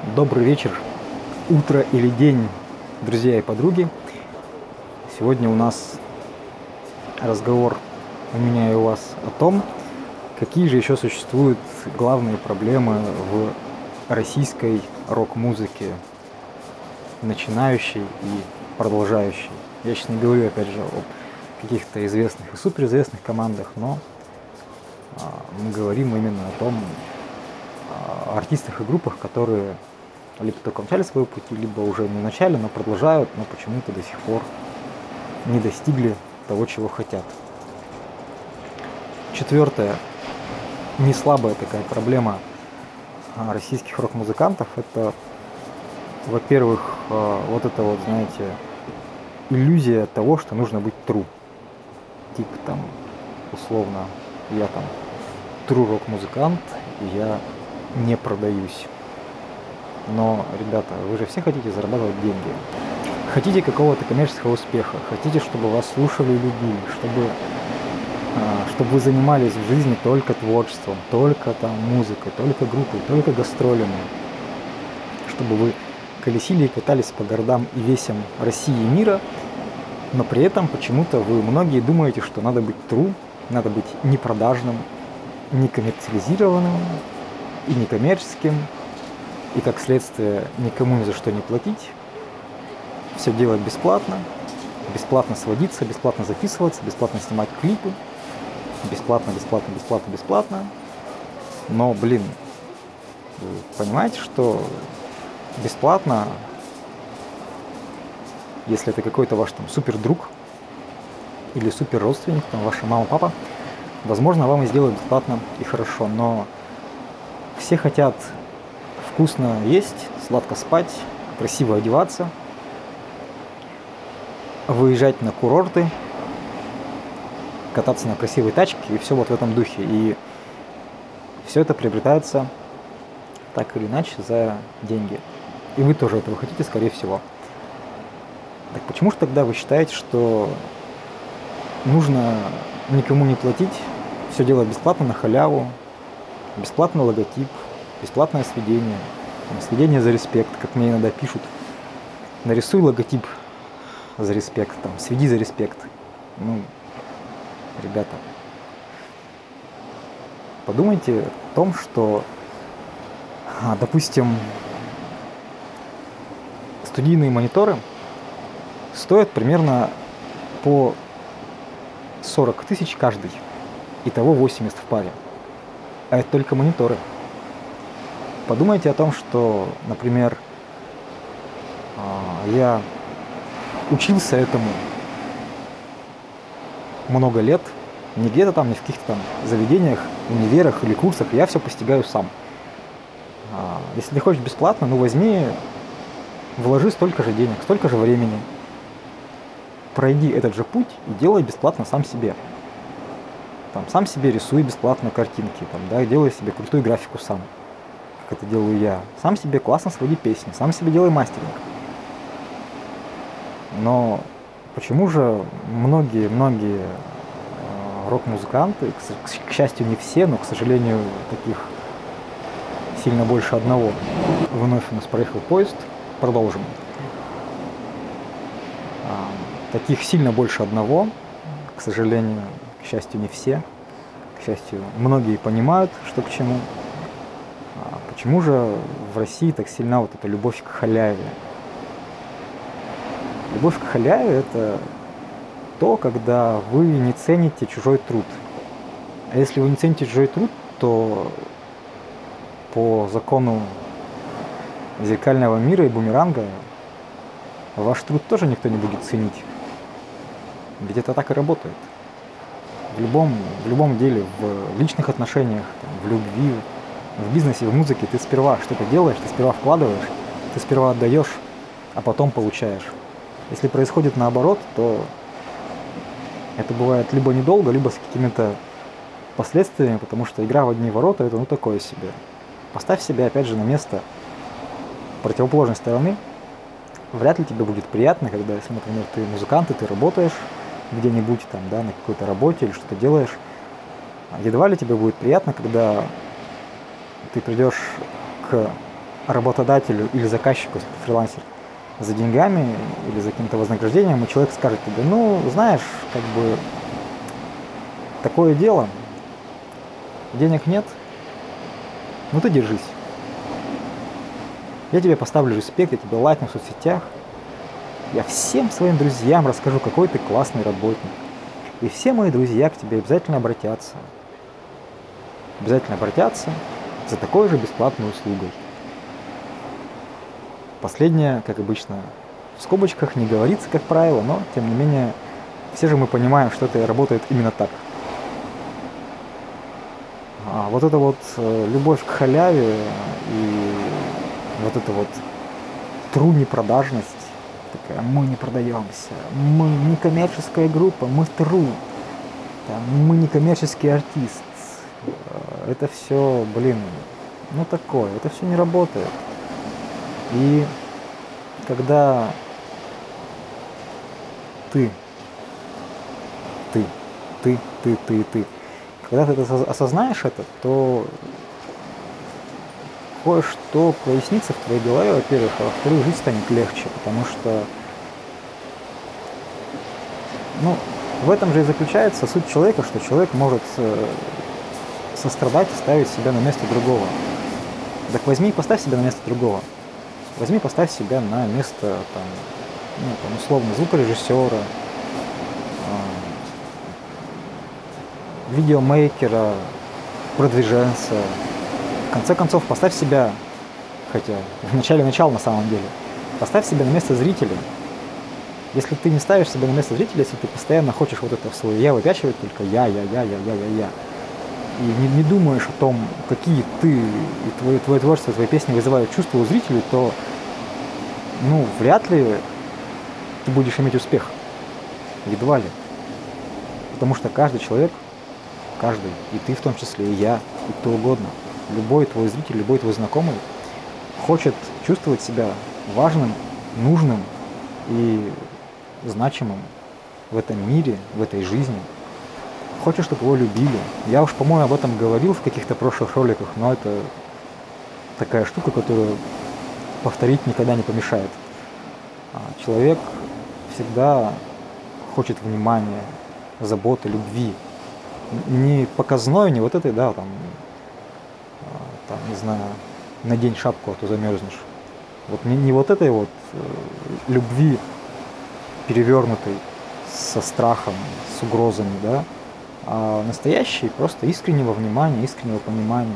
Добрый вечер, утро или день, друзья и подруги. Сегодня у нас разговор у меня и у вас о том, какие же еще существуют главные проблемы в российской рок-музыке, начинающей и продолжающей. Я сейчас не говорю, опять же, о каких-то известных и суперизвестных командах, но мы говорим именно о том, о артистах и группах, которые либо только в начале своего пути, либо уже не в начале, но продолжают, но почему-то до сих пор не достигли того, чего хотят. Четвертое, не слабая такая проблема российских рок-музыкантов, это, во-первых, вот это вот, знаете, иллюзия того, что нужно быть true. Типа там, условно, я там true рок-музыкант, и я не продаюсь. Но, ребята, вы же все хотите зарабатывать деньги. Хотите какого-то коммерческого успеха, хотите, чтобы вас слушали и любили, чтобы вы занимались в жизни только творчеством, только там музыкой, только группой, только гастролями, чтобы вы колесили и катались по городам и весям России и мира, но при этом почему-то вы многие думаете, что надо быть true, надо быть непродажным, не коммерциализированным и некоммерческим, и как следствие никому ни за что не платить, все делать бесплатно, бесплатно сводиться, бесплатно записываться, бесплатно снимать клипы, бесплатно. Но, блин, вы понимаете, что бесплатно, если это какой-то ваш там супер друг или супер родственник, там ваша мама, папа, возможно, вам и сделают бесплатно и хорошо, но все хотят вкусно есть, сладко спать, красиво одеваться, выезжать на курорты, кататься на красивой тачке и все вот в этом духе. И все это приобретается так или иначе за деньги. И вы тоже этого хотите, скорее всего. Так почему же тогда вы считаете, что нужно никому не платить, все делать бесплатно на халяву, бесплатный логотип, бесплатное сведение за респект, как мне иногда пишут. Нарисуй логотип за респект, там, сведи за респект. Ну, ребята, подумайте о том, что, допустим, студийные мониторы стоят примерно по 40 тысяч каждый. Итого 80 в паре. А это только мониторы. Подумайте о том, что, например, я учился этому много лет, не где-то там, не в каких-то там заведениях, универах или курсах, я все постигаю сам. Если ты хочешь бесплатно, ну возьми, вложи столько же денег, столько же времени, пройди этот же путь и делай бесплатно сам себе. Там, сам себе рисуй бесплатно картинки, там, да, делай себе крутую графику сам, как это делаю я. Сам себе классно своди песни, сам себе делай мастеринг. Но почему же многие рок-музыканты, к счастью, не все, но, к сожалению, таких сильно больше одного, вновь у нас проехал поезд, продолжим. Таких сильно больше одного, к сожалению, к счастью, не все. К счастью, многие понимают, что к чему. Почему же в России так сильна вот эта любовь к халяве? Любовь к халяве – это то, когда вы не цените чужой труд. А если вы не цените чужой труд, то по закону зеркального мира и бумеранга ваш труд тоже никто не будет ценить. Ведь это так и работает. В любом деле, в личных отношениях, там, в любви, в бизнесе, в музыке ты сперва что-то делаешь, ты сперва вкладываешь, ты сперва отдаешь, а потом получаешь. Если происходит наоборот, то это бывает либо недолго, либо с какими-то последствиями, потому что игра в одни ворота – это такое себе. Поставь себя опять же на место противоположной стороны. Вряд ли тебе будет приятно, когда, если, например, ты музыкант, и ты работаешь где-нибудь там, да, на какой-то работе или что-то делаешь, едва ли тебе будет приятно, когда ты придешь к работодателю или заказчику, если ты фрилансер, за деньгами или за каким-то вознаграждением, и человек скажет тебе, ну, знаешь, как бы такое дело, денег нет, ну ты держись. Я тебе поставлю респект, я тебе лайкну в соцсетях, я всем своим друзьям расскажу, какой ты классный работник. И все мои друзья к тебе обязательно обратятся. Обязательно обратятся за такой же бесплатной услугой. Последнее, как обычно, в скобочках не говорится, как правило, но, тем не менее, все же мы понимаем, что это работает именно так. А вот эта вот любовь к халяве и вот эта вот тру-непродажность, такая, мы не продаемся, мы не коммерческая группа, мы тру, мы не коммерческий артист. Это все, блин, ну такое, это все не работает. И когда ты, когда ты это осознаешь это, то кое-что прояснится в твоей голове, во-первых, а во-вторых, жить станет легче, потому что, ну, в этом же и заключается суть человека, что человек может сострадать и ставить себя на место другого. Так возьми и поставь себя на место другого. Возьми, поставь себя на место, там, условно, звукорежиссера, видеомейкера, продвиженца. В конце концов, поставь себя, хотя в начале начала на самом деле, поставь себя на место зрителя. Если ты не ставишь себя на место зрителя, если ты постоянно хочешь вот это в свое «я» выпячивать, только я, и не думаешь о том, какие ты и твое творчество, твои песни вызывают чувства у зрителей, то, ну, вряд ли ты будешь иметь успех. Едва ли. Потому что каждый человек, каждый, и ты в том числе, и я, и кто угодно, любой твой зритель, любой твой знакомый хочет чувствовать себя важным, нужным и значимым в этом мире, в этой жизни. Хочет, чтобы его любили. Я уж, по-моему, об этом говорил в каких-то прошлых роликах, но это такая штука, которую повторить никогда не помешает. Человек всегда хочет внимания, заботы, любви. Не показной, не вот этой, да, там, не знаю, надень шапку, а то замерзнешь. Вот не вот этой вот любви перевернутой со страхом, с угрозами, да, а настоящей просто искреннего внимания, искреннего понимания.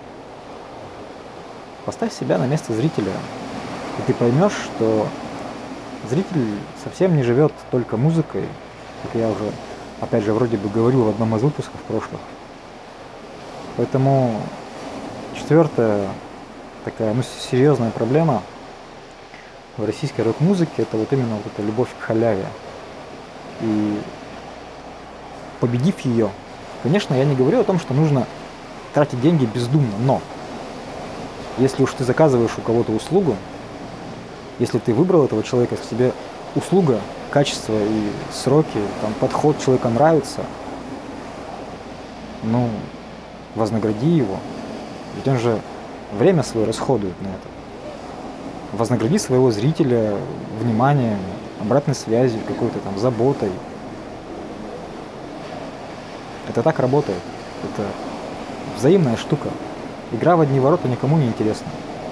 Поставь себя на место зрителя, и ты поймешь, что зритель совсем не живет только музыкой, как я уже, опять же, вроде бы говорил в одном из выпусков прошлых. Поэтому четвертая такая, серьезная проблема в российской рок-музыке — это вот именно вот эта любовь к халяве. И победив ее, конечно, я не говорю о том, что нужно тратить деньги бездумно, но если уж ты заказываешь у кого-то услугу, если ты выбрал этого человека, если тебе услуга, качество и сроки, там, подход человека нравится, ну, вознагради его. Ведь он же время свое расходует на это. Вознагради своего зрителя вниманием, обратной связью, какой-то там заботой. Это так работает. Это взаимная штука. Игра в одни ворота никому не интересна.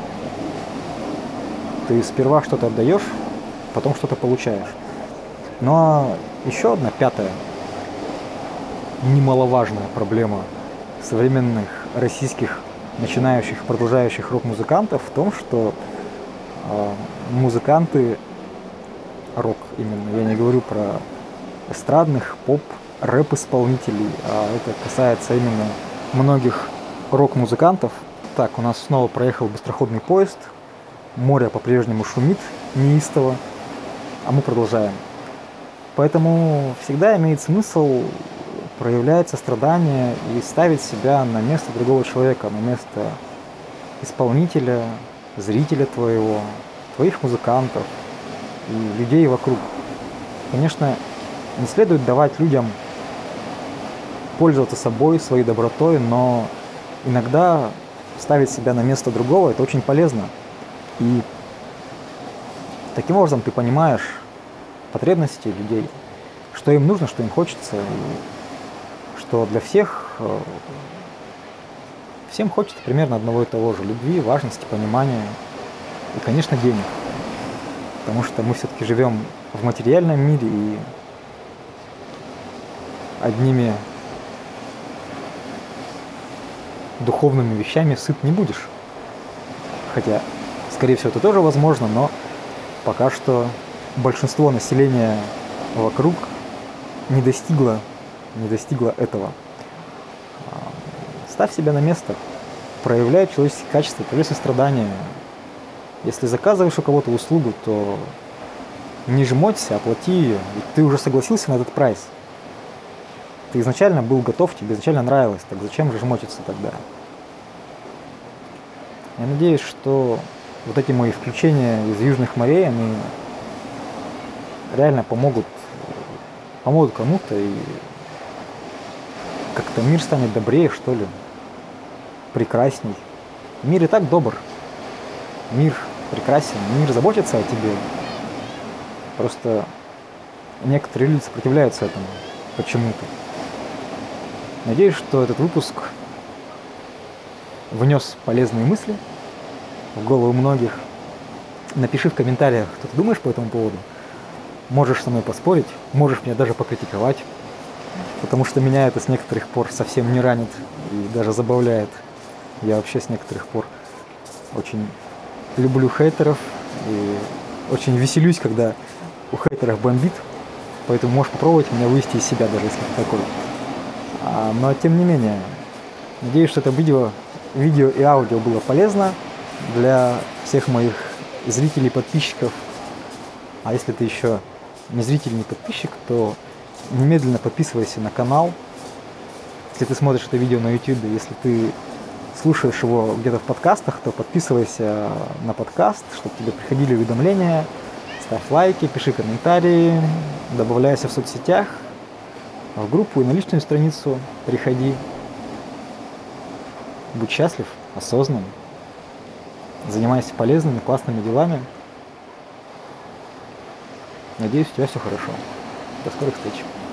Ты сперва что-то отдаешь, потом что-то получаешь. Но еще одна, пятая, немаловажная проблема современных российских начинающих, продолжающих рок-музыкантов в том, что музыканты, рок именно, я не говорю про эстрадных, поп, рэп-исполнителей, а это касается именно многих рок-музыкантов. Так, у нас снова проехал быстроходный поезд, море по-прежнему шумит неистово, а мы продолжаем. Поэтому всегда имеет смысл проявлять сострадание и ставить себя на место другого человека, на место исполнителя, зрителя твоего, твоих музыкантов и людей вокруг. Конечно, не следует давать людям пользоваться собой, своей добротой, но иногда ставить себя на место другого — это очень полезно. И таким образом ты понимаешь потребности людей, что им нужно, что им хочется, и что для всех, всем хочется примерно одного и того же: любви, важности, понимания и, конечно, денег. Потому что мы все-таки живем в материальном мире, и одними духовными вещами сыт не будешь. Хотя, скорее всего, это тоже возможно, но пока что большинство населения вокруг не достигло этого. Ставь себя на место, проявляй человеческие качества, проявляй сострадание. Если заказываешь у кого-то услугу, то не жмоться, оплати ее. Ведь ты уже согласился на этот прайс. Ты изначально был готов, тебе изначально нравилось, так зачем же жмотиться тогда? Я надеюсь, что вот эти мои включения из южных морей, они реально помогут кому-то, и как-то мир станет добрее, что ли, прекрасней. Мир и так добр, мир прекрасен, мир заботится о тебе. Просто некоторые люди сопротивляются этому почему-то. Надеюсь, что этот выпуск внес полезные мысли в голову многих. Напиши в комментариях, что ты думаешь по этому поводу. Можешь со мной поспорить, можешь меня даже покритиковать, потому что меня это с некоторых пор совсем не ранит и даже забавляет. Я вообще с некоторых пор очень люблю хейтеров и очень веселюсь, когда у хейтеров бомбит, поэтому можешь попробовать меня вывести из себя, даже если ты такой. Но тем не менее, надеюсь, что это видео и аудио было полезно для всех моих зрителей, подписчиков. А если ты еще не зритель, не подписчик, то немедленно подписывайся на канал. Если ты смотришь это видео на YouTube, если ты слушаешь его где-то в подкастах, то подписывайся на подкаст, чтобы тебе приходили уведомления. Ставь лайки, пиши комментарии, добавляйся в соцсетях, в группу и на личную страницу приходи. Будь счастлив, осознан, занимайся полезными, классными делами. Надеюсь, у тебя все хорошо. До скорых встреч.